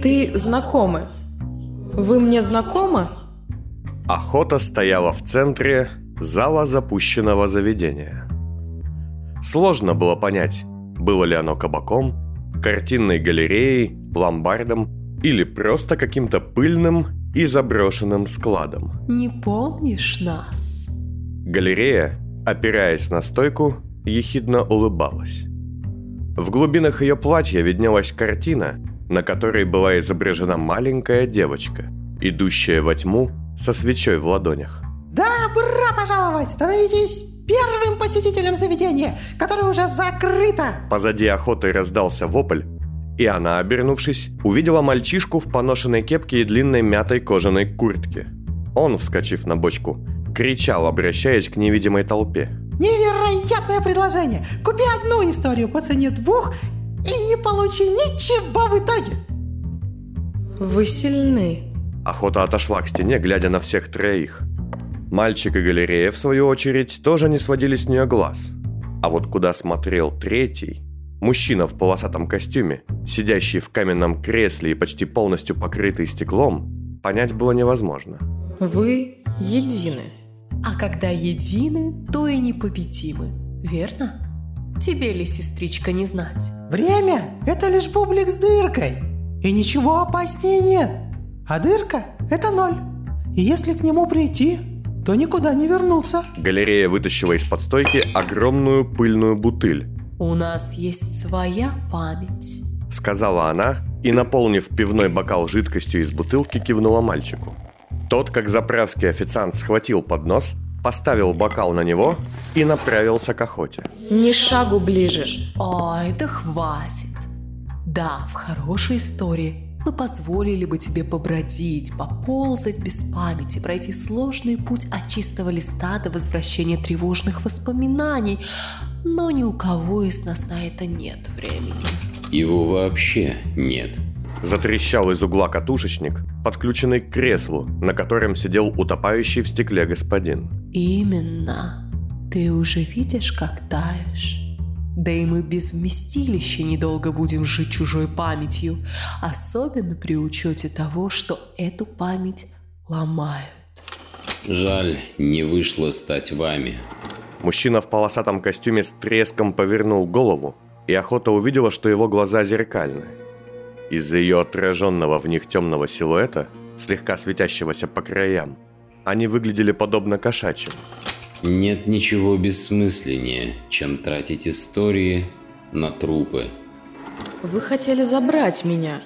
Ты знакомы. Вы мне знакомы? Охота стояла в центре зала запущенного заведения. Сложно было понять, было ли оно кабаком, картинной галереей, ломбардом или просто каким-то пыльным и заброшенным складом. Не помнишь нас? Галерея, опираясь на стойку, ехидно улыбалась. В глубинах ее платья виднелась картина, на которой была изображена маленькая девочка, идущая во тьму со свечой в ладонях. Добро пожаловать! Становитесь первым посетителем заведения, которое уже закрыто! Позади Охоты раздался вопль, и она, обернувшись, увидела мальчишку в поношенной кепке и длинной мятой кожаной куртке. Он, вскочив на бочку, кричал, обращаясь к невидимой толпе. Невероятное предложение! Купи одну историю по цене 2 и не получи ничего в итоге! Вы сильны. Охота отошла к стене, глядя на всех троих. Мальчик и галерея, в свою очередь, тоже не сводили с нее глаз. А вот куда смотрел третий, мужчина в полосатом костюме, сидящий в каменном кресле и почти полностью покрытый стеклом, понять было невозможно. Вы едины. А когда едины, то и непобедимы, верно? Тебе ли, сестричка, не знать? Время – это лишь бублик с дыркой, и ничего опаснее нет. А дырка – это 0. И если к нему прийти, то никуда не вернуться. Галерея вытащила из-под стойки огромную пыльную бутыль. У нас есть своя память, Сказала она и, наполнив пивной бокал жидкостью из бутылки, кивнула мальчику. Тот, как заправский официант, схватил поднос, поставил бокал на него и направился к Охоте. Ни шагу ближе. Ой, да хватит. Да, в хорошей истории мы позволили бы тебе побродить, поползать без памяти, пройти сложный путь от чистого листа до возвращения тревожных воспоминаний. Но ни у кого из нас на это нет времени. Его вообще нет. Затрещал из угла катушечник, подключенный к креслу, на котором сидел утопающий в стекле господин. Именно. Ты уже видишь, как таешь. Да и мы без вместилища недолго будем жить чужой памятью, особенно при учете того, что эту память ломают. Жаль, не вышло стать вами. Мужчина в полосатом костюме с треском повернул голову, и Охота увидела, что его глаза зеркальны. Из-за ее отраженного в них темного силуэта, слегка светящегося по краям, они выглядели подобно кошачьим. Нет ничего бессмысленнее, чем тратить истории на трупы. Вы хотели забрать меня.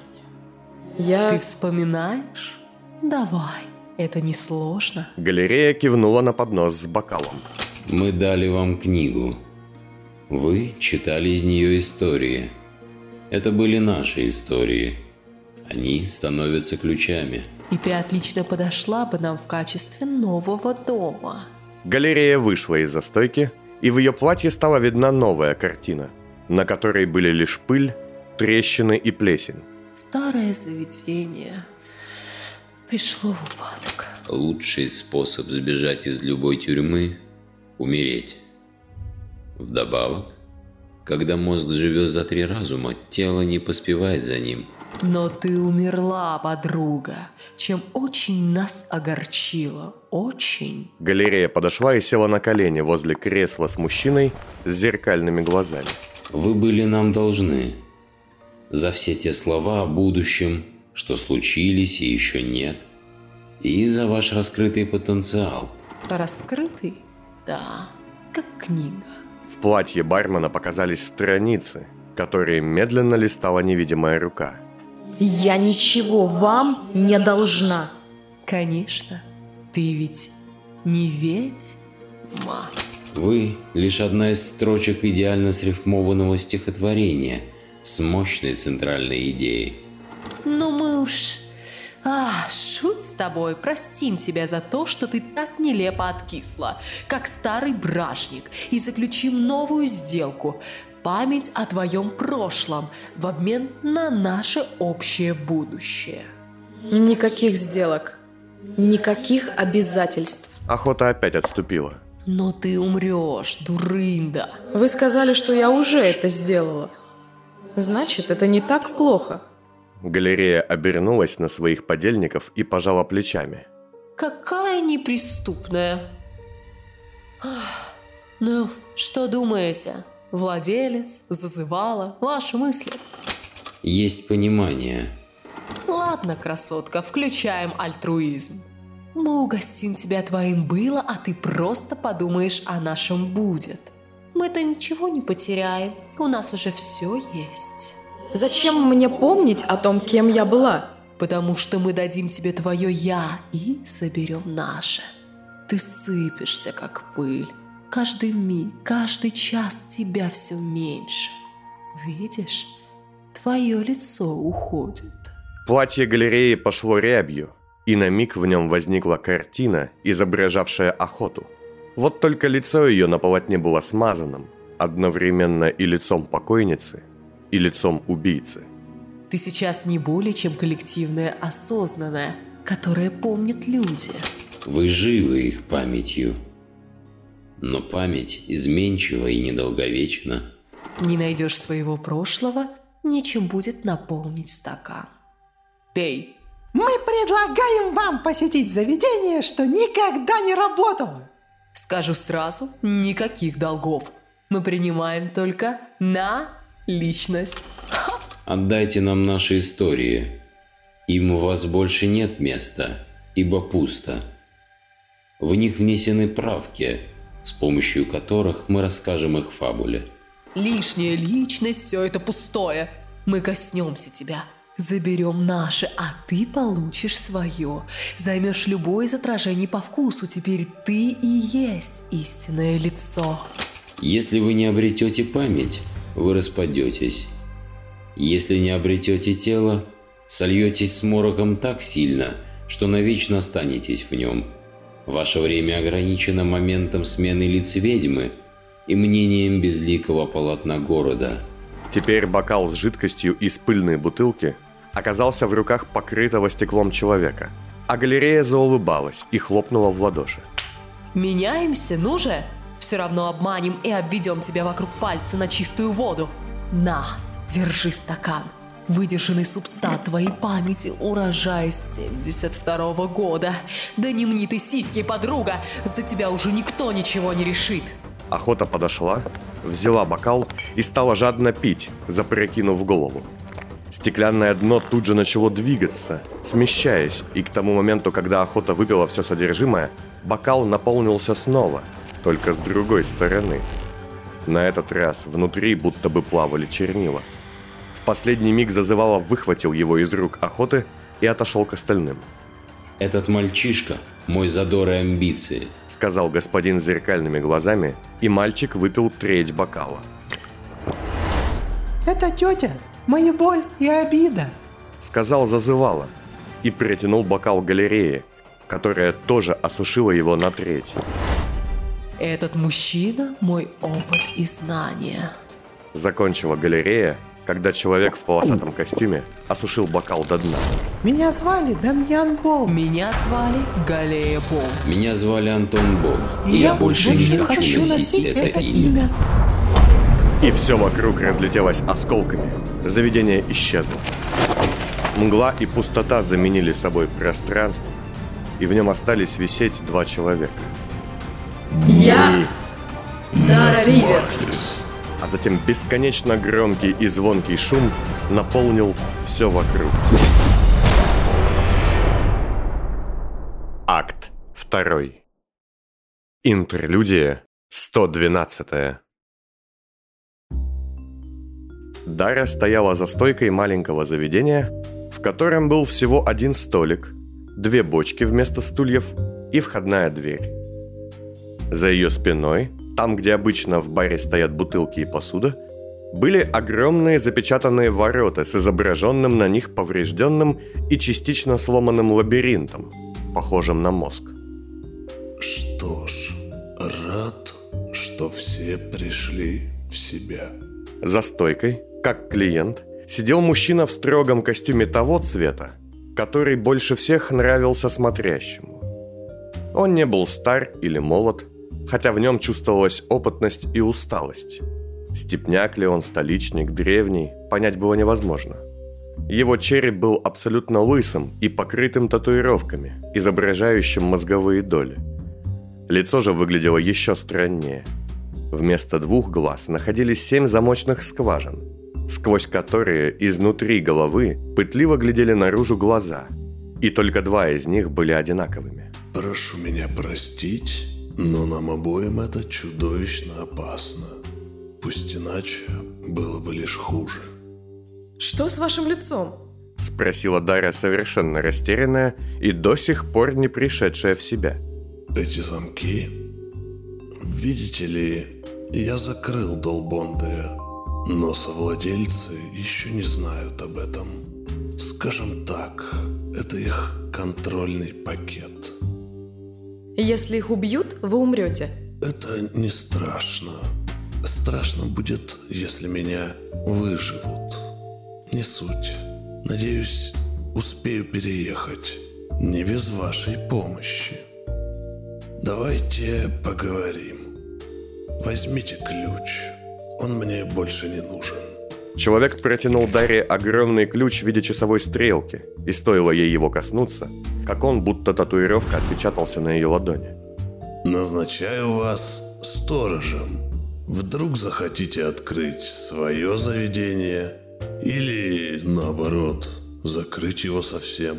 Ты вспоминаешь? Давай, это несложно. Галерея кивнула на поднос с бокалом. Мы дали вам книгу. Вы читали из нее истории. Это были наши истории. Они становятся ключами. И ты отлично подошла бы нам в качестве нового дома. Галерея вышла из-за стойки, и в ее платье стала видна новая картина, на которой были лишь пыль, трещины и плесень. Старое заведение пришло в упадок. Лучший способ сбежать из любой тюрьмы – умереть. Вдобавок, когда мозг живет за 3 разума, тело не поспевает за ним. Но ты умерла, подруга, чем очень нас огорчило. Очень. Галерея подошла и села на колени возле кресла с мужчиной с зеркальными глазами. Вы были нам должны за все те слова о будущем, что случились и еще нет, и за ваш раскрытый потенциал. Раскрытый? Да, как книга. В платье бармена показались страницы, которые медленно листала невидимая рука. Я ничего вам не должна. Конечно, ты ведь не ведьма. Вы – лишь одна из строчек идеально срифмованного стихотворения с мощной центральной идеей. Ну мы уж... шут с тобой, простим тебя за то, что ты так нелепо откисла, как старый бражник, и заключим новую сделку. Память о твоем прошлом в обмен на наше общее будущее. Никаких сделок. Никаких обязательств. Охота опять отступила. Но ты умрешь, дурында. Вы сказали, что я уже это сделала. Значит, это не так плохо. Галерея обернулась на своих подельников и пожала плечами. Какая неприступная. Ну, что думаете? Владелец, зазывала, ваши мысли? Есть понимание. Ладно, красотка, включаем альтруизм. Мы угостим тебя твоим было, а ты просто подумаешь о нашем будет. Мы-то ничего не потеряем, у нас уже все есть. Зачем мне помнить о том, кем я была? Потому что мы дадим тебе твое «я» и соберем наше. Ты сыпешься, как пыль. Каждый миг, каждый час тебя все меньше. Видишь, твое лицо уходит. Платье галереи пошло рябью, и на миг в нем возникла картина, изображавшая охоту. Вот только лицо ее на полотне было смазанным, одновременно и лицом покойницы, и лицом убийцы. Ты сейчас не более чем коллективное осознанное, которое помнят люди. Вы живы их памятью. Но память изменчива и недолговечна. Не найдешь своего прошлого, нечем будет наполнить стакан. Пей. Мы предлагаем вам посетить заведение, что никогда не работало. Скажу сразу, никаких долгов. Мы принимаем только наличность. Отдайте нам наши истории. Им у вас больше нет места, ибо пусто. В них внесены правки, с помощью которых мы расскажем их фабуле. Лишняя личность, все это пустое. Мы коснемся тебя, заберем наше, а ты получишь свое. Займешь любое из отражений по вкусу, теперь ты и есть истинное лицо. Если вы не обретете память, вы распадетесь. Если не обретете тело, сольетесь с мороком так сильно, что навечно останетесь в нем. Ваше время ограничено моментом смены лиц ведьмы и мнением безликого полотна города. Теперь бокал с жидкостью из пыльной бутылки оказался в руках покрытого стеклом человека, а галерея заулыбалась и хлопнула в ладоши. Меняемся, ну же? Все равно обманем и обведем тебя вокруг пальца на чистую воду. На, держи стакан. Выдержанный субстат твоей памяти, урожай 72-го года. Да не мни ты сиськи, подруга, за тебя уже никто ничего не решит. Охота подошла, взяла бокал и стала жадно пить, запрокинув голову. Стеклянное дно тут же начало двигаться, смещаясь, и к тому моменту, когда охота выпила все содержимое, бокал наполнился снова, только с другой стороны. На этот раз внутри будто бы плавали чернила. В последний миг зазывало выхватил его из рук охоты и отошел к остальным. «Этот мальчишка – мой задор и амбиции», – сказал господин с зеркальными глазами, и мальчик выпил треть бокала. Это тетя, моя боль и обида, – сказал зазывало, и протянул бокал галереи, которая тоже осушила его на треть. Этот мужчина – мой опыт и знания. Закончила галерея, когда человек в полосатом костюме осушил бокал до дна. Меня звали Дамьян Бол. Меня звали Галея Бол. Меня звали Антон Бол. И я больше не хочу носить это имя. И все вокруг разлетелось осколками. Заведение исчезло. Мгла и пустота заменили собой пространство, и в нем остались висеть два человека. Я Дара Ривер. А затем бесконечно громкий и звонкий шум наполнил все вокруг. Акт 2. Интерлюдия 112. Дара стояла за стойкой маленького заведения, в котором был всего один столик, 2 бочки вместо стульев и входная дверь. За ее спиной, там, где обычно в баре стоят бутылки и посуда, были огромные запечатанные ворота с изображенным на них поврежденным и частично сломанным лабиринтом, похожим на мозг. Что ж, рад, что все пришли в себя. За стойкой, как клиент, сидел мужчина в строгом костюме того цвета, который больше всех нравился смотрящему. Он не был стар или молод, хотя в нем чувствовалась опытность и усталость. Степняк ли он, столичник, древний, понять было невозможно. Его череп был абсолютно лысым и покрытым татуировками, изображающим мозговые доли. Лицо же выглядело еще страннее. Вместо 2 глаз находились 7 замочных скважин, сквозь которые изнутри головы пытливо глядели наружу глаза, и только 2 из них были одинаковыми. Прошу меня простить, но нам обоим это чудовищно опасно. Пусть иначе было бы лишь хуже. Что с вашим лицом? Спросила Дарья, совершенно растерянная и до сих пор не пришедшая в себя. Эти замки... Видите ли, я закрыл Долбондаря, но совладельцы еще не знают об этом. Скажем так, это их контрольный пакет. Если их убьют, вы умрете. Это не страшно. Страшно будет, если меня выживут. Не суть. Надеюсь, успею переехать. Не без вашей помощи. Давайте поговорим. Возьмите ключ. Он мне больше не нужен. Человек протянул Дарье огромный ключ в виде часовой стрелки, и стоило ей его коснуться, как он, будто татуировка, отпечатался на ее ладони. Назначаю вас сторожем. Вдруг захотите открыть свое заведение или, наоборот, закрыть его совсем.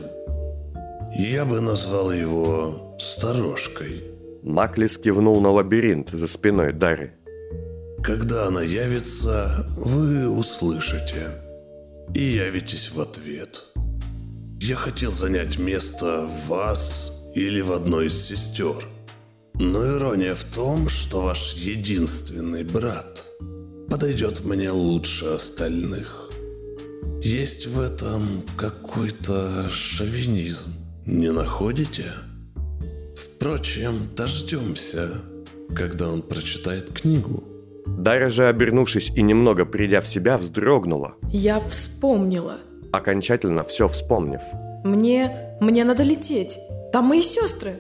Я бы назвал его сторожкой. Маклис кивнул на лабиринт за спиной Дарьи. Когда она явится, вы услышите и явитесь в ответ. Я хотел занять место в вас или в одной из сестер. Но ирония в том, что ваш единственный брат подойдет мне лучше остальных. Есть в этом какой-то шовинизм, не находите? Впрочем, дождемся, когда он прочитает книгу. Дарья же, обернувшись и немного придя в себя, вздрогнула. Я вспомнила. Окончательно все вспомнив. Мне надо лететь. Там мои сестры.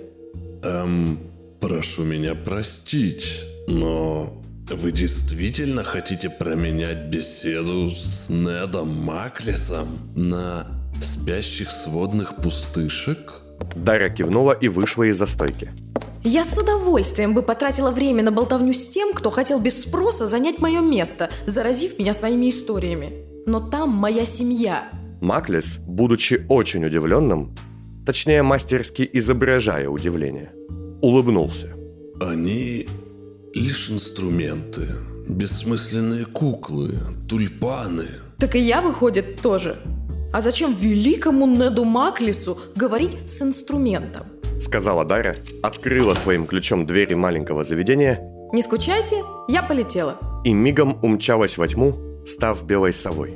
Прошу меня простить, но вы действительно хотите променять беседу с Недом Маклисом на спящих сводных пустышек? Дарья кивнула и вышла из застойки. Я с удовольствием бы потратила время на болтовню с тем, кто хотел без спроса занять мое место, заразив меня своими историями. Но там моя семья. Маклис, будучи очень удивленным, точнее мастерски изображая удивление, улыбнулся. Они лишь инструменты, бессмысленные куклы, тюльпаны. Так и я, выходит, тоже. А зачем великому Неду Маклису говорить с инструментом? Сказала Дарья, открыла своим ключом двери маленького заведения. Не скучайте, я полетела. И мигом умчалась во тьму, став белой совой.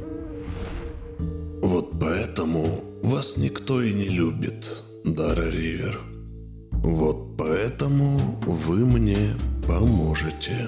Вот поэтому вас никто и не любит, Дара Ривер. Вот поэтому вы мне поможете.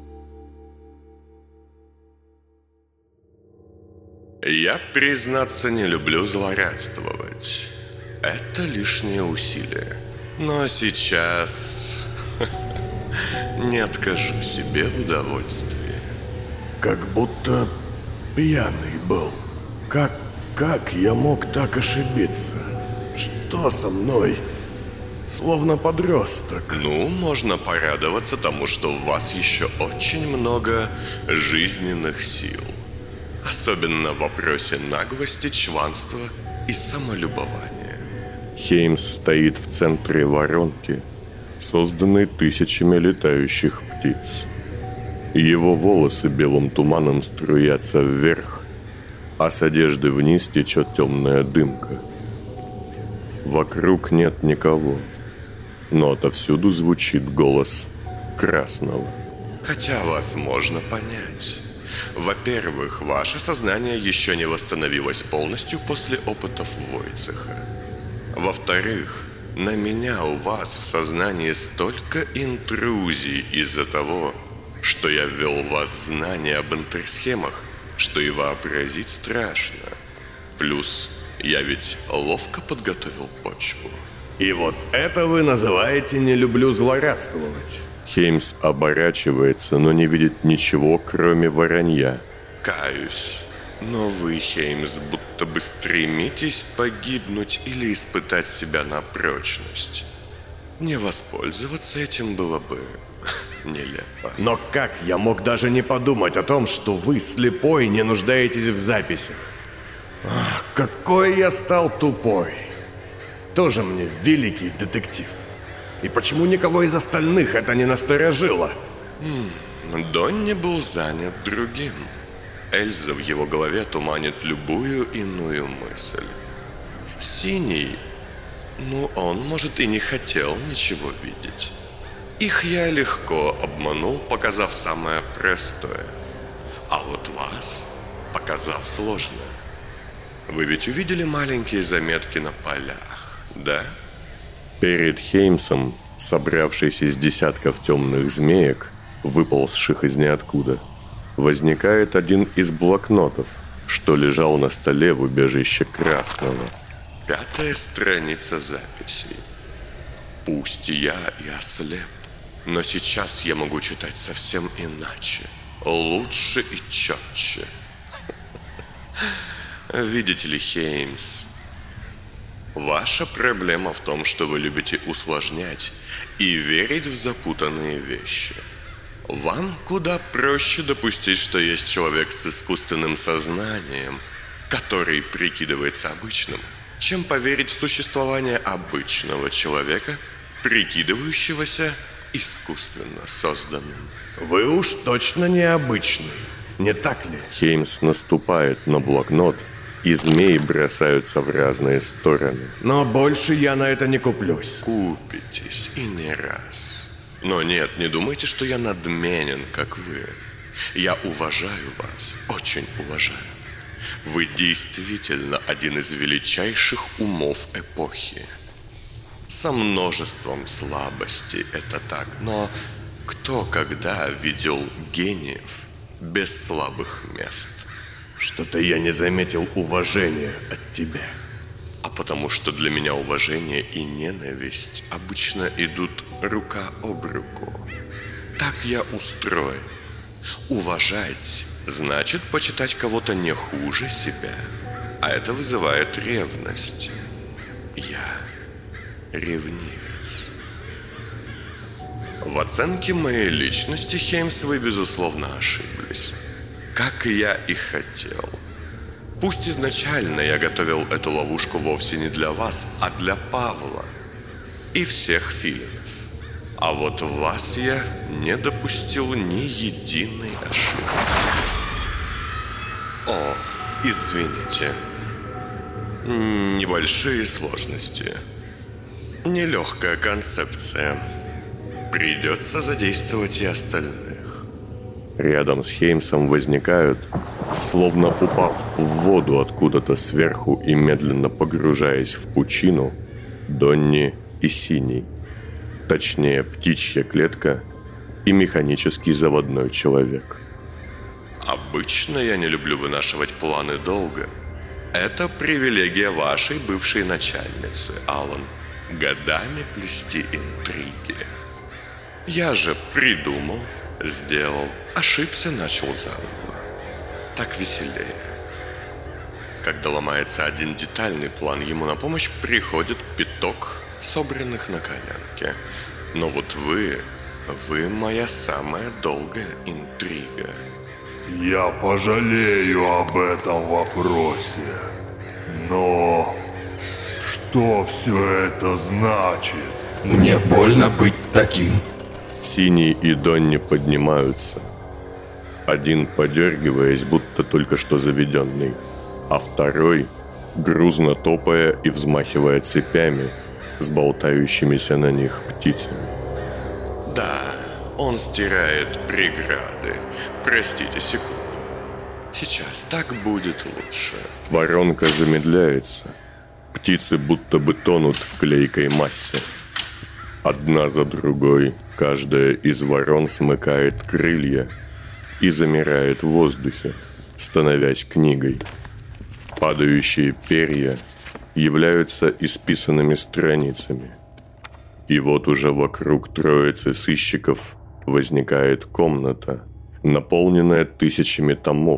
Я, признаться, не люблю злорадствовать. Это лишнее усилие. Но сейчас не откажу себе в удовольствии. Как будто пьяный был. Как я мог так ошибиться? Что со мной? Словно подросток. Ну, можно порадоваться тому, что в вас еще очень много жизненных сил. Особенно в вопросе наглости, чванства и самолюбования. Хеймс стоит в центре воронки, созданной тысячами летающих птиц. Его волосы белым туманом струятся вверх, а с одежды вниз течет темная дымка. Вокруг нет никого, но отовсюду звучит голос Красного. Хотя вас можно понять. Во-первых, ваше сознание еще не восстановилось полностью после опытов Войцеха. Во-вторых, на меня у вас в сознании столько интрузий из-за того, что я ввел в вас знания об интерсхемах, что и вообразить страшно. Плюс я ведь ловко подготовил почву. И вот это вы называете «не люблю злорадствовать». Хеймс оборачивается, но не видит ничего, кроме воронья. Каюсь. Но вы, Хеймс, будто бы стремитесь погибнуть или испытать себя на прочность. Не воспользоваться этим было бы нелепо. Но как я мог даже не подумать о том, что вы, слепой, не нуждаетесь в записях? Ах, какой я стал тупой. Тоже мне великий детектив. И почему никого из остальных это не насторожило? Донни был занят другим. Эльза в его голове туманит любую иную мысль. Синий, он, может, и не хотел ничего видеть. Их я легко обманул, показав самое простое. А вот вас, показав сложное. Вы ведь увидели маленькие заметки на полях, да? Перед Хеймсом, собравшийся из десятков темных змеек, выползших из ниоткуда, возникает один из блокнотов, что лежал на столе в убежище Красного. 5-я страница записей. Пусть я и ослеп, но сейчас я могу читать совсем иначе, лучше и четче. Видите ли, Хеймс, ваша проблема в том, что вы любите усложнять и верить в запутанные вещи. Вам куда проще допустить, что есть человек с искусственным сознанием, который прикидывается обычным, чем поверить в существование обычного человека, прикидывающегося искусственно созданным. Вы уж точно необычный, не так ли? Хеймс наступает на блокнот, и змеи бросаются в разные стороны. Но больше я на это не куплюсь. Купитесь и не раз. Но нет, не думайте, что я надменен, как вы. Я уважаю вас, очень уважаю. Вы действительно один из величайших умов эпохи. Со множеством слабостей, это так. Но кто когда видел гениев без слабых мест? Что-то я не заметил уважения от тебя. А потому что для меня уважение и ненависть обычно идут рука об руку. Так я устроен. Уважать значит почитать кого-то не хуже себя. А это вызывает ревность. Я ревнивец. В оценке моей личности, Хеймс, вы, безусловно, ошиблись. Как и я и хотел. Пусть изначально я готовил эту ловушку вовсе не для вас, а для Павла и всех филинов. А вот в вас я не допустил ни единой ошибки. О, извините. Небольшие сложности. Нелегкая концепция. Придется задействовать и остальных. Рядом с Хеймсом возникают, словно упав в воду откуда-то сверху и медленно погружаясь в пучину, Донни и Синий. Точнее, птичья клетка и механический заводной человек. Обычно я не люблю вынашивать планы долго. Это привилегия вашей бывшей начальницы, Алан. Годами плести интриги. Я же придумал, сделал, ошибся, начал заново. Так веселее. Когда ломается один детальный план, ему на помощь приходит пяток собранных на коленке. Но вот вы моя самая долгая интрига. Я пожалею об этом вопросе. Но что все это значит? Мне больно быть таким. Синий и Донни поднимаются. Один подергиваясь, будто только что заведенный, а второй, грузно топая и взмахивая цепями, с болтающимися на них птицами. Да, он стирает преграды. Простите секунду. Сейчас так будет лучше. Воронка замедляется. Птицы будто бы тонут в клейкой массе. Одна за другой каждая из ворон смыкает крылья и замирает в воздухе, становясь книгой. Падающие перья являются исписанными страницами. И вот уже вокруг троицы сыщиков возникает комната, наполненная тысячами томов,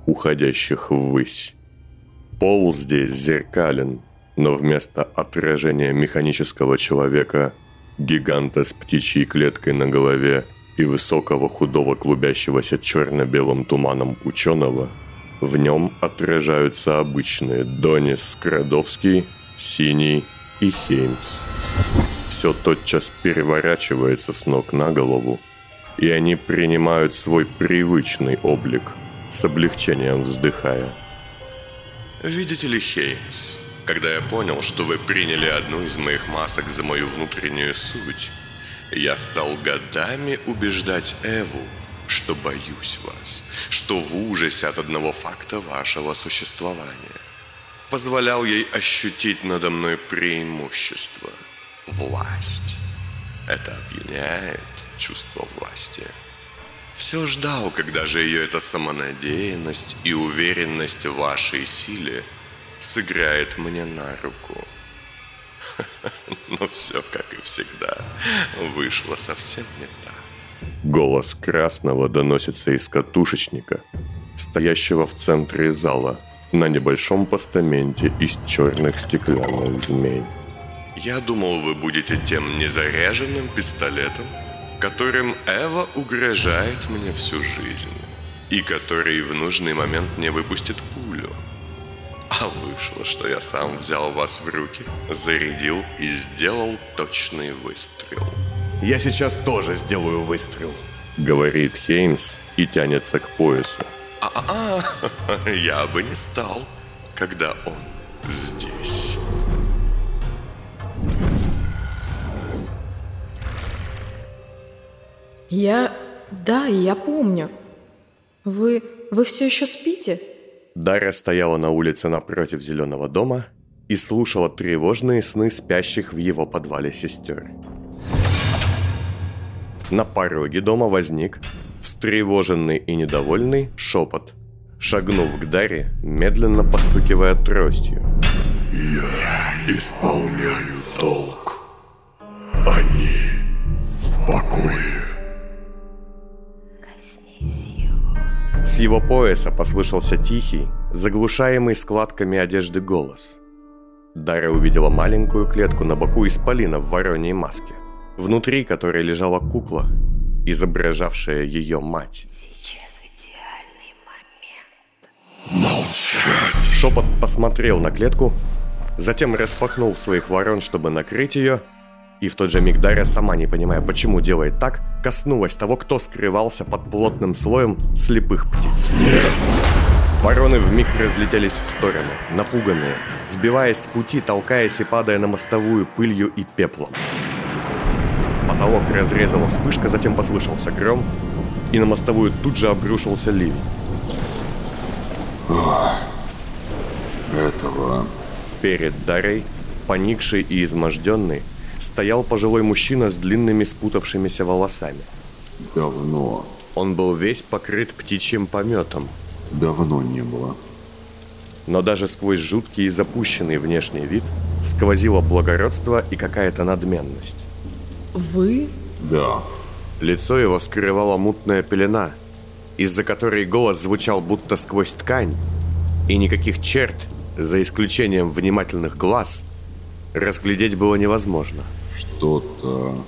уходящих ввысь. Пол здесь зеркален, но вместо отражения механического человека, гиганта с птичьей клеткой на голове и высокого худого клубящегося черно-белым туманом ученого, в нем отражаются обычные Донис Скрадовский, Синий и Хеймс. Все тотчас переворачивается с ног на голову, и они принимают свой привычный облик, с облегчением вздыхая. Видите ли, Хеймс, когда я понял, что вы приняли одну из моих масок за мою внутреннюю суть, я стал годами убеждать Эву, что боюсь вас, что в ужасе от одного факта вашего существования. Позволял ей ощутить надо мной преимущество, власть. Это опьяняет чувство власти. Все ждал, когда же ее эта самонадеянность и уверенность в вашей силе сыграет мне на руку. Но все, как и всегда, вышло совсем не так. Голос Красного доносится из катушечника, стоящего в центре зала, на небольшом постаменте из черных стеклянных змей. Я думал, вы будете тем незаряженным пистолетом, которым Эва угрожает мне всю жизнь, и который в нужный момент не выпустит пулю. А вышло, что я сам взял вас в руки, зарядил и сделал точный выстрел. «Я сейчас тоже сделаю выстрел», — говорит Хеймс и тянется к поясу. Я бы не стал, когда он здесь. Да, я помню. Вы все еще спите? Дарья стояла на улице напротив зеленого дома и слушала тревожные сны спящих в его подвале сестер. На пороге дома возник встревоженный и недовольный шепот, шагнув к Дарье, медленно постукивая тростью. Я исполняю долг. Они в покое. С его пояса послышался тихий, заглушаемый складками одежды голос. Дарья увидела маленькую клетку на боку исполина в вороньей маске, внутри которой лежала кукла, изображавшая ее мать. Сейчас идеальный момент. Молчать! Шепот посмотрел на клетку, затем распахнул своих ворон, чтобы накрыть ее, и в тот же миг Дарья, сама не понимая, почему делает так, коснулась того, кто скрывался под плотным слоем слепых птиц. Нет! Вороны вмиг разлетелись в стороны, напуганные, сбиваясь с пути, толкаясь и падая на мостовую пылью и пеплом. Потолок разрезала вспышка, затем послышался гром, и на мостовую тут же обрушился ливень. Этого... Перед Дарьей, поникший и изможденный, стоял пожилой мужчина с длинными спутавшимися волосами. Давно. Он был весь покрыт птичьим пометом. Давно не было. Но даже сквозь жуткий и запущенный внешний вид сквозило благородство и какая-то надменность. Вы? Да. Лицо его скрывала мутная пелена, из-за которой голос звучал будто сквозь ткань, и никаких черт, за исключением внимательных глаз, разглядеть было невозможно. Что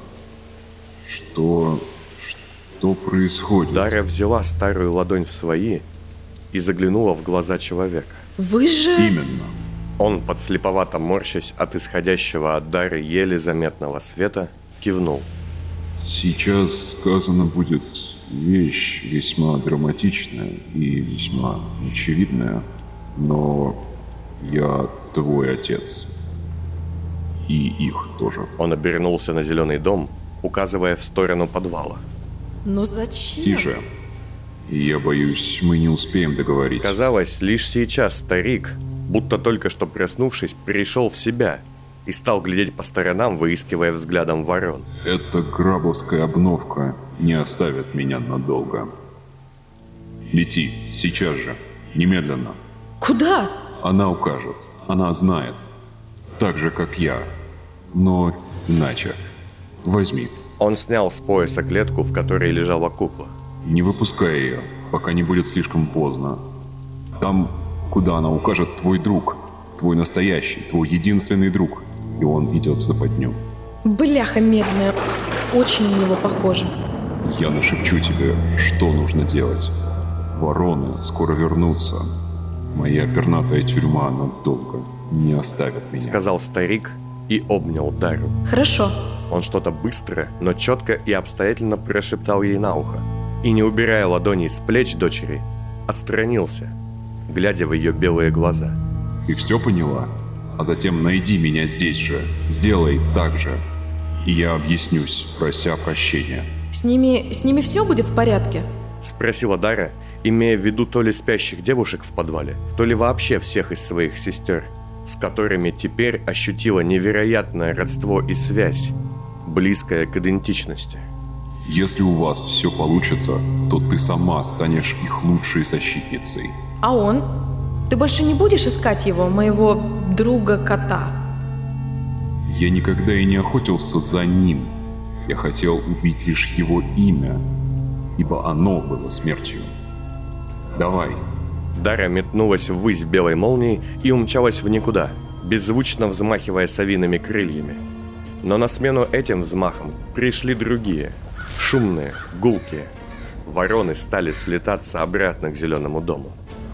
происходит? Дарья взяла старую ладонь в свои и заглянула в глаза человека. Вы же... Именно. Он, подслеповато морщась от исходящего от Дарьи еле заметного света, кивнул. Сейчас сказана будет вещь весьма драматичная и весьма очевидная, но я твой отец. И их тоже. Он обернулся на зеленый дом, указывая в сторону подвала. Но зачем? Тише. Я боюсь, мы не успеем договорить. Казалось, лишь сейчас старик, будто только что проснувшись, пришел в себя и стал глядеть по сторонам, выискивая взглядом ворон. Эта грабовская обновка не оставит меня надолго. Лети, сейчас же, немедленно. Куда? Она укажет, она знает. Так же, как я. Но иначе. Возьми. Он снял с пояса клетку, в которой лежала кукла. Не выпускай ее, пока не будет слишком поздно. Там, куда она укажет, твой друг. Твой настоящий, твой единственный друг. И он идет в западню. Бляха медная. Очень на него похоже. Я нашепчу тебе, что нужно делать. Вороны скоро вернутся. Моя пернатая тюрьма надолго не оставит меня. Сказал старик и обнял Дару. Хорошо. Он что-то быстро, но четко и обстоятельно прошептал ей на ухо. И, не убирая ладоней с плеч дочери, отстранился, глядя в ее белые глаза. Ты все поняла? А затем найди меня здесь же. Сделай так же. И я объяснюсь, прося прощения. С ними все будет в порядке? Спросила Дара, имея в виду то ли спящих девушек в подвале, то ли вообще всех из своих сестер, с которыми теперь ощутила невероятное родство и связь, близкая к идентичности. Если у вас все получится, то ты сама станешь их лучшей защитницей. А он? Ты больше не будешь искать его, моего друга-кота? Я никогда и не охотился за ним. Я хотел убить лишь его имя, ибо оно было смертью. Давай. Дара метнулась ввысь белой молнией и умчалась в никуда, беззвучно взмахивая совиными крыльями. Но на смену этим взмахам пришли другие, шумные, гулкие. Вороны стали слетаться обратно к зеленому дому.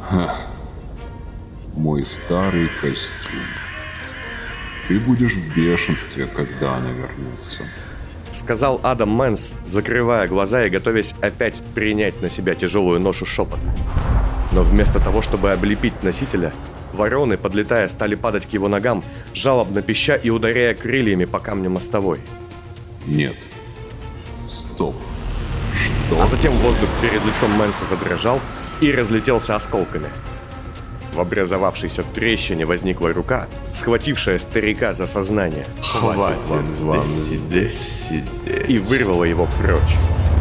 Мой старый костюм. Ты будешь в бешенстве, когда она вернется. Сказал Адам Мэнс, закрывая глаза и готовясь опять принять на себя тяжелую ношу шепота. Но вместо того, чтобы облепить носителя, вороны, подлетая, стали падать к его ногам, жалобно пища и ударяя крыльями по камню мостовой. Нет. Стоп. Что? А затем воздух перед лицом Мэнса задрожал и разлетелся осколками. В образовавшейся трещине возникла рука, схватившая старика за сознание. Хватит вам здесь сидеть. И вырвала его прочь.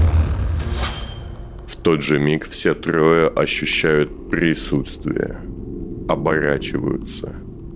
В тот же миг все трое ощущают присутствие. Оборачиваются.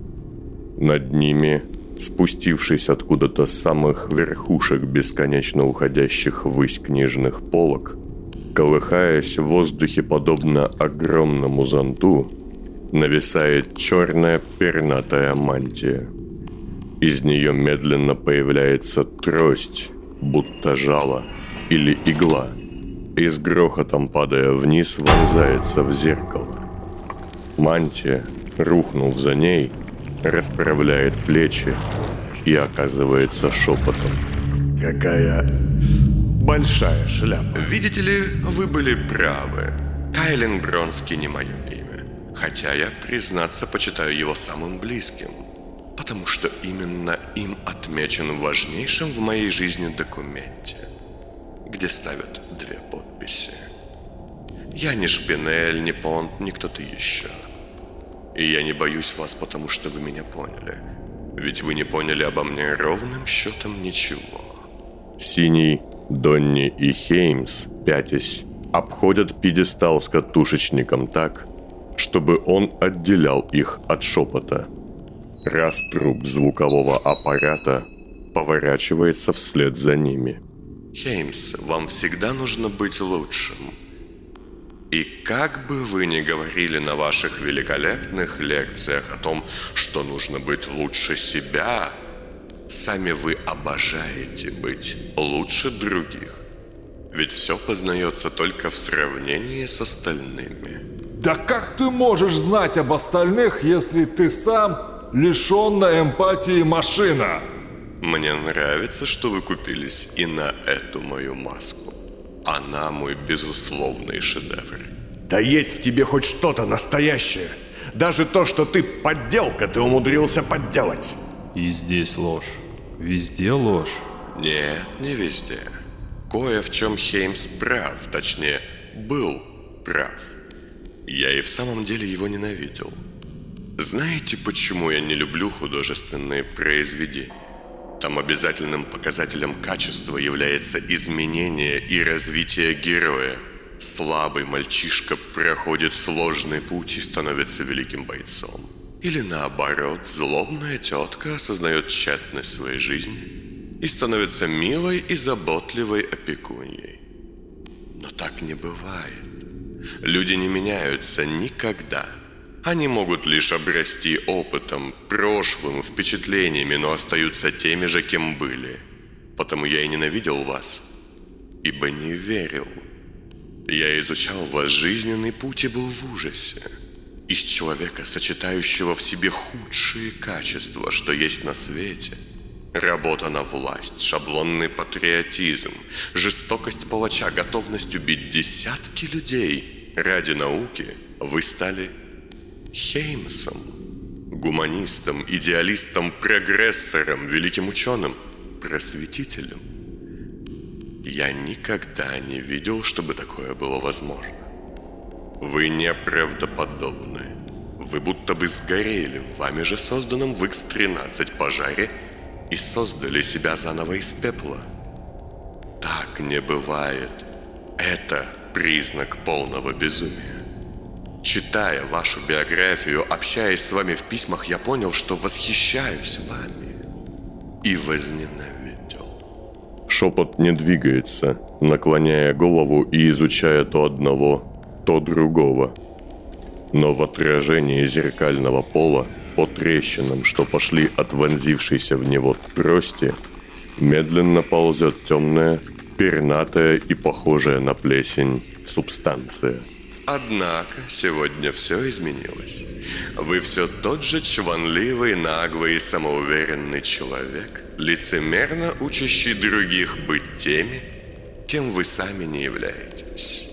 Над ними, спустившись откуда-то с самых верхушек бесконечно уходящих ввысь книжных полок, колыхаясь в воздухе подобно огромному зонту, нависает черная пернатая мантия. Из нее медленно появляется трость, будто жало или игла, и с грохотом, падая вниз, вонзается в зеркало. Мантия, рухнув за ней, расправляет плечи и оказывается шепотом. Какая большая шляпа. Видите ли, вы были правы. Кайлен Бронский не мое имя. Хотя я, признаться, почитаю его самым близким, потому что именно им отмечен важнейшим в моей жизни документе, где ставят 2 подписи. Я не Шпинель, не Понт, ни кто-то еще. И я не боюсь вас, потому что вы меня поняли. Ведь вы не поняли обо мне ровным счетом ничего. Синий, Донни и Хеймс, пятясь, обходят пьедестал с катушечником так, чтобы он отделял их от шепота. Раз труб звукового аппарата поворачивается вслед за ними. Хеймс, вам всегда нужно быть лучшим. И как бы вы ни говорили на ваших великолепных лекциях о том, что нужно быть лучше себя, сами вы обожаете быть лучше других. Ведь все познается только в сравнении с остальными. Да как ты можешь знать об остальных, если ты сам лишенная эмпатии машина? Мне нравится, что вы купились и на эту мою маску. Она мой безусловный шедевр. Да есть в тебе хоть что-то настоящее. Даже то, что ты подделка, ты умудрился подделать. И здесь ложь. Везде ложь. Нет, не везде. Кое в чем Хеймс прав, точнее, был прав. Я и в самом деле его ненавидел. Знаете, почему я не люблю художественные произведения? Там обязательным показателем качества является изменение и развитие героя. Слабый мальчишка проходит сложный путь и становится великим бойцом. Или наоборот, злобная тетка осознает тщетность своей жизни и становится милой и заботливой опекуньей. Но так не бывает. Люди не меняются никогда. Они могут лишь обрасти опытом, прошлым, впечатлениями, но остаются теми же, кем были. Потому я и ненавидел вас, ибо не верил. Я изучал ваш жизненный путь и был в ужасе. Из человека, сочетающего в себе худшие качества, что есть на свете. Работа на власть, шаблонный патриотизм, жестокость палача, готовность убить десятки людей ради науки, вы стали Хеймсом, гуманистом, идеалистом, прогрессором, великим ученым, просветителем. Я никогда не видел, чтобы такое было возможно. Вы неправдоподобны. Вы будто бы сгорели в вами же созданном в X-13 пожаре и создали себя заново из пепла. Так не бывает. Это признак полного безумия. Читая вашу биографию, общаясь с вами в письмах, я понял, что восхищаюсь вами и возненавидел. Шепот не двигается, наклоняя голову и изучая то одного, то другого. Но в отражении зеркального пола, по трещинам, что пошли от вонзившейся в него трости, медленно ползет темная, пернатая и похожая на плесень субстанция. Однако сегодня все изменилось. Вы все тот же чванливый, наглый и самоуверенный человек, лицемерно учащий других быть теми, кем вы сами не являетесь.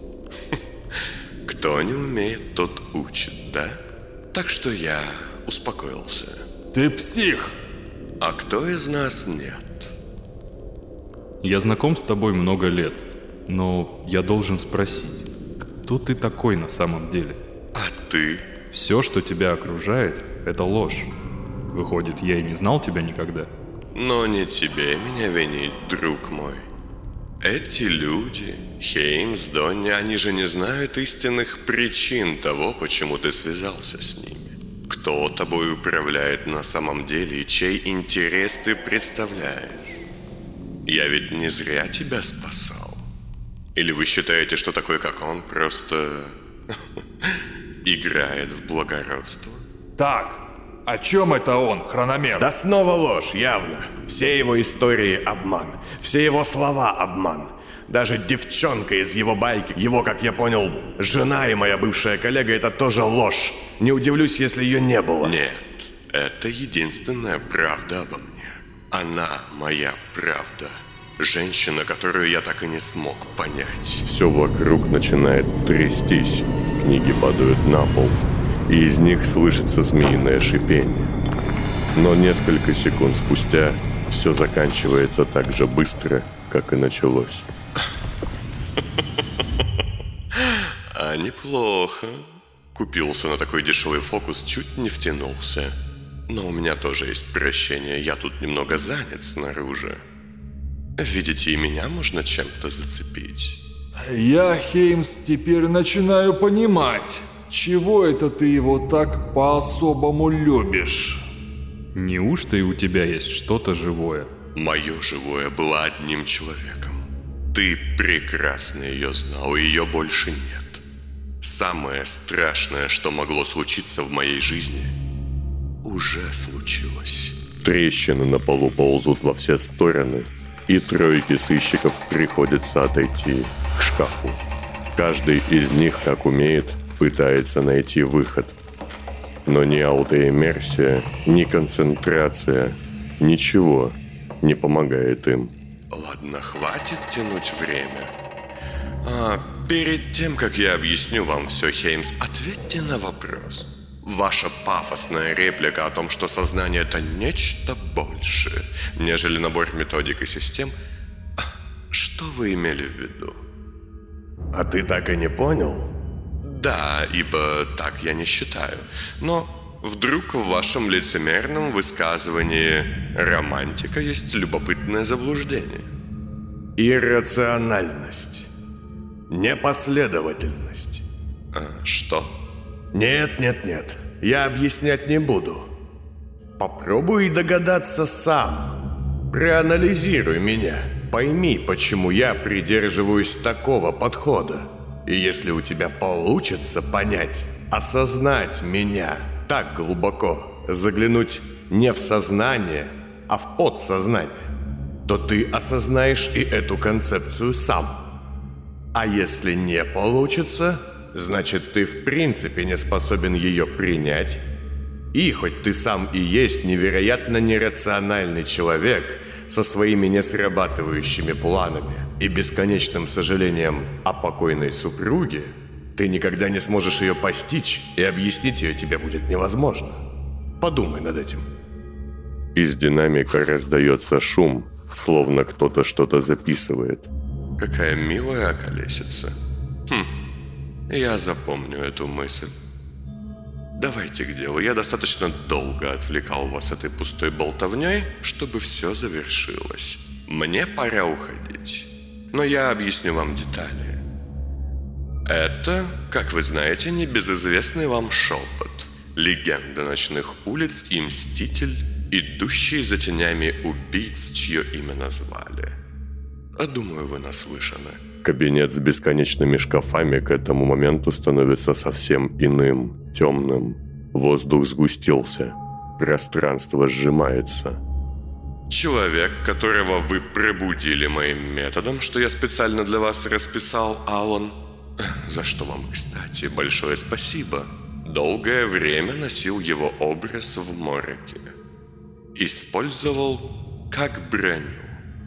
Кто не умеет, тот учит, да? Так что я успокоился. Ты псих! А кто из нас нет? Я знаком с тобой много лет, но я должен спросить, кто ты такой на самом деле? А ты? Все, что тебя окружает, это ложь. Выходит, я и не знал тебя никогда. Но не тебе меня винить, друг мой. Эти люди, Хеймс, Донни, они же не знают истинных причин того, почему ты связался с ними. Кто тобой управляет на самом деле и чей интерес ты представляешь? Я ведь не зря тебя спасал. Или вы считаете, что такой, как он, просто играет в благородство? Так, о чем это он, хрономер? Да снова ложь, явно. Все его истории обман. Все его слова обман. Даже девчонка из его байки, его, как я понял, жена и моя бывшая коллега, это тоже ложь. Не удивлюсь, если ее не было. Нет, это единственная правда обо мне. Она моя правда. Женщина, которую я так и не смог понять. Все вокруг начинает трястись. Книги падают на пол, и из них слышится змеиное шипение. Но несколько секунд спустя все заканчивается так же быстро, как и началось. А неплохо. Купился на такой дешевый фокус, чуть не втянулся. Но у меня тоже есть прощение, я тут немного занят снаружи. Видите, и меня можно чем-то зацепить. Я, Хеймс, теперь начинаю понимать, чего это ты его так по-особому любишь. Неужто и у тебя есть что-то живое? Мое живое было одним человеком. Ты прекрасно ее знал, и ее больше нет. Самое страшное, что могло случиться в моей жизни, уже случилось. Трещины на полу ползут во все стороны, и тройке сыщиков приходится отойти к шкафу. Каждый из них, как умеет, пытается найти выход. Но ни аутоиммерсия, ни концентрация, ничего не помогает им. Ладно, хватит тянуть время. Перед тем, как я объясню вам все, Хеймс, ответьте на вопрос. Ваша пафосная реплика о том, что сознание – это нечто большее, нежели набор методик и систем, что вы имели в виду? А ты так и не понял? Да, ибо так я не считаю. Но вдруг в вашем лицемерном высказывании романтика есть любопытное заблуждение. Иррациональность. Непоследовательность. Что? Нет. Я объяснять не буду. Попробуй догадаться сам. Проанализируй меня. Пойми, почему я придерживаюсь такого подхода. И если у тебя получится понять, осознать меня так глубоко, заглянуть не в сознание, а в подсознание, то ты осознаешь и эту концепцию сам. А если не получится, значит, ты в принципе не способен ее принять. И хоть ты сам и есть невероятно нерациональный человек со своими несрабатывающими планами и бесконечным сожалением о покойной супруге, ты никогда не сможешь ее постичь, и объяснить ее тебе будет невозможно. Подумай над этим. Из динамика раздается шум, словно кто-то что-то записывает. Какая милая околесица. Я запомню эту мысль. Давайте к делу. Я достаточно долго отвлекал вас этой пустой болтовней, чтобы все завершилось. Мне пора уходить. Но я объясню вам детали. Это, как вы знаете, небезызвестный вам шепот. Легенда ночных улиц и мститель, идущий за тенями убийц, чье имя назвали. Думаю, вы наслышаны. Кабинет с бесконечными шкафами к этому моменту становится совсем иным, темным. Воздух сгустился, пространство сжимается. Человек, которого вы пробудили моим методом, что я специально для вас расписал, Алан, за что вам, кстати, большое спасибо, долгое время носил его образ в мороке. Использовал как броню.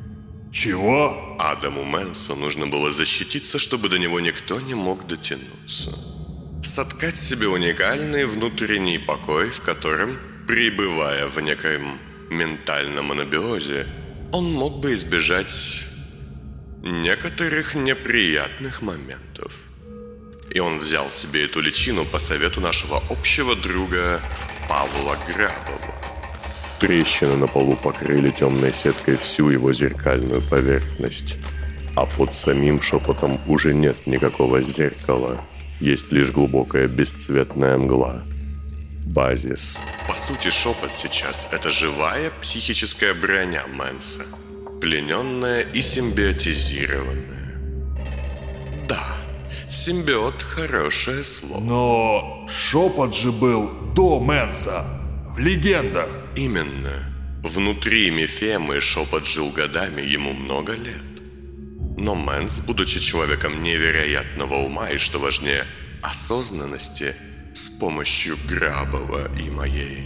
Чего? Адаму Мэнсу нужно было защититься, чтобы до него никто не мог дотянуться. Соткать себе уникальный внутренний покой, в котором, пребывая в некоем ментальном анабиозе, он мог бы избежать некоторых неприятных моментов. И он взял себе эту личину по совету нашего общего друга Павла Грабова. Трещины на полу покрыли темной сеткой всю его зеркальную поверхность. А под самим шепотом уже нет никакого зеркала. Есть лишь глубокая бесцветная мгла. Базис. По сути, шепот сейчас – это живая психическая броня Мэнса. Плененная и симбиотизированная. Да, симбиот – хорошее слово. Но шепот же был до Мэнса, в легендах. Именно. Внутри Мефемы шепот жил годами, ему много лет. Но Мэнс, будучи человеком невероятного ума и, что важнее, осознанности, с помощью Грабова и моей,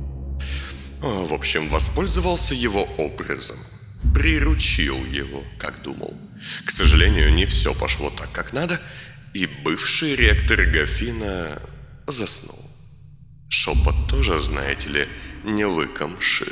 в общем, воспользовался его образом. Приручил его, как думал. К сожалению, не все пошло так, как надо, и бывший ректор Гафина заснул. Шепот тоже, знаете ли, не лыком шит.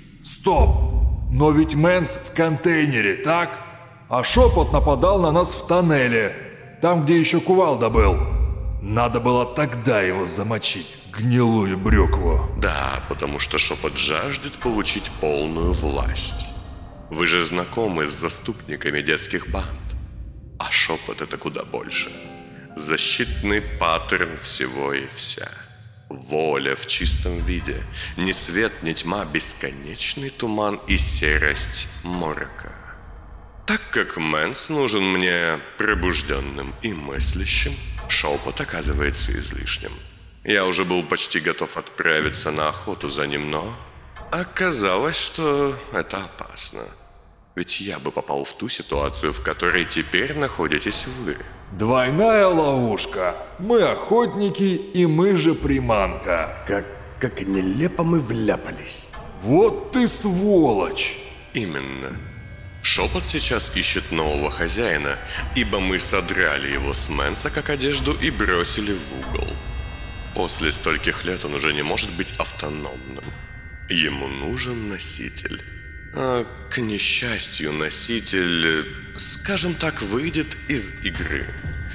Стоп! Но ведь Мэнс в контейнере, так? А шепот нападал на нас в тоннеле, там, где еще кувалда был. Надо было тогда его замочить, гнилую брюкву. Да, потому что шепот жаждет получить полную власть. Вы же знакомы с заступниками детских банд. А шепот — это куда больше. Защитный паттерн всего и вся. Воля в чистом виде. Ни свет, ни тьма, бесконечный туман и серость морока. Так как Мэнс нужен мне пробужденным и мыслящим, шепот оказывается излишним. Я уже был почти готов отправиться на охоту за ним, но оказалось, что это опасно. Ведь я бы попал в ту ситуацию, в которой теперь находитесь вы. Двойная ловушка. Мы охотники, и мы же приманка. Как нелепо мы вляпались. Вот ты сволочь. Именно. Шепот сейчас ищет нового хозяина, ибо мы содрали его с Мэнса как одежду и бросили в угол. После стольких лет он уже не может быть автономным. Ему нужен носитель. А, к несчастью, носитель, скажем так, выйдет из игры.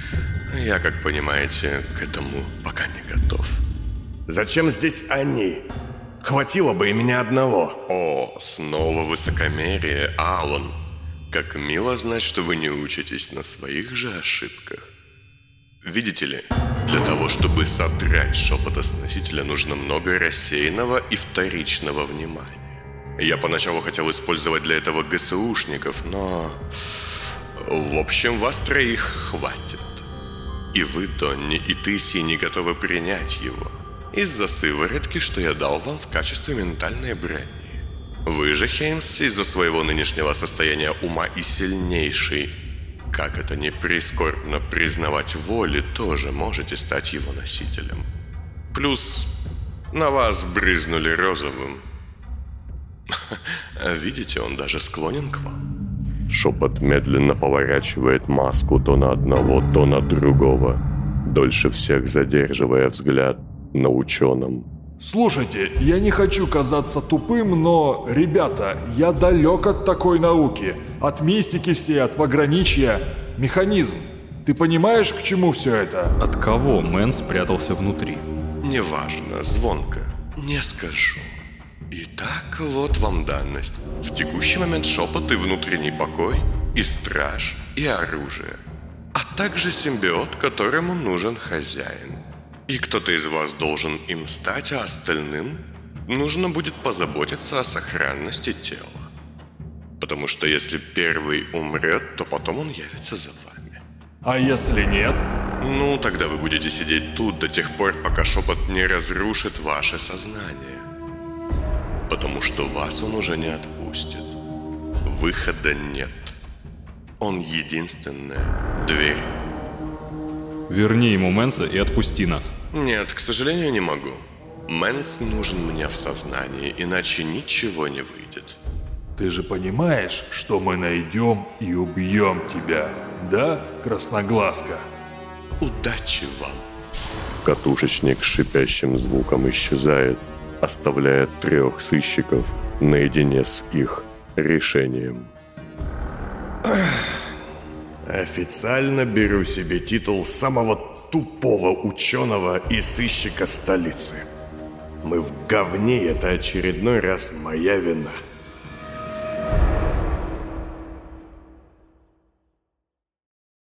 Я, как понимаете, к этому пока не готов. Зачем здесь они? Хватило бы и меня одного. О, снова высокомерие, Алан. Как мило знать, что вы не учитесь на своих же ошибках. Видите ли, для того, чтобы содрать шепота с носителя, нужно много рассеянного и вторичного внимания. Я поначалу хотел использовать для этого ГСУшников, но... В общем, вас троих хватит. И вы, Донни, и ты, Синий, готовы принять его из-за сыворотки, что я дал вам в качестве ментальной брони. Вы же, Хеймс, из-за своего нынешнего состояния ума и сильнейшей, как это не прискорбно признавать, воли, тоже можете стать его носителем. Плюс на вас брызнули розовым. Видите, он даже склонен к вам. Шепот медленно поворачивает маску то на одного, то на другого, дольше всех задерживая взгляд на ученом. Слушайте, я не хочу казаться тупым, но, ребята, я далек от такой науки, от мистики всей, от пограничья. Механизм. Ты понимаешь, к чему все это? От кого Мэн спрятался внутри? Неважно, звонко, не скажу. Итак, вот вам данность. В текущий момент шепот и внутренний покой, и страж, и оружие. А также симбиот, которому нужен хозяин. И кто-то из вас должен им стать, а остальным нужно будет позаботиться о сохранности тела. Потому что если первый умрет, то потом он явится за вами. А если нет? Ну, тогда вы будете сидеть тут до тех пор, пока шепот не разрушит ваше сознание. Потому что вас он уже не отпустит. Выхода нет. Он единственная дверь. Верни ему Мэнса и отпусти нас. Нет, к сожалению, не могу. Мэнс нужен мне в сознании, иначе ничего не выйдет. Ты же понимаешь, что мы найдем и убьем тебя, да, красноглазка? Удачи вам. Катушечник с шипящим звуком исчезает, оставляя 3 сыщиков наедине с их решением. Официально беру себе титул самого тупого ученого и сыщика столицы. Мы в говне, это очередной раз моя вина.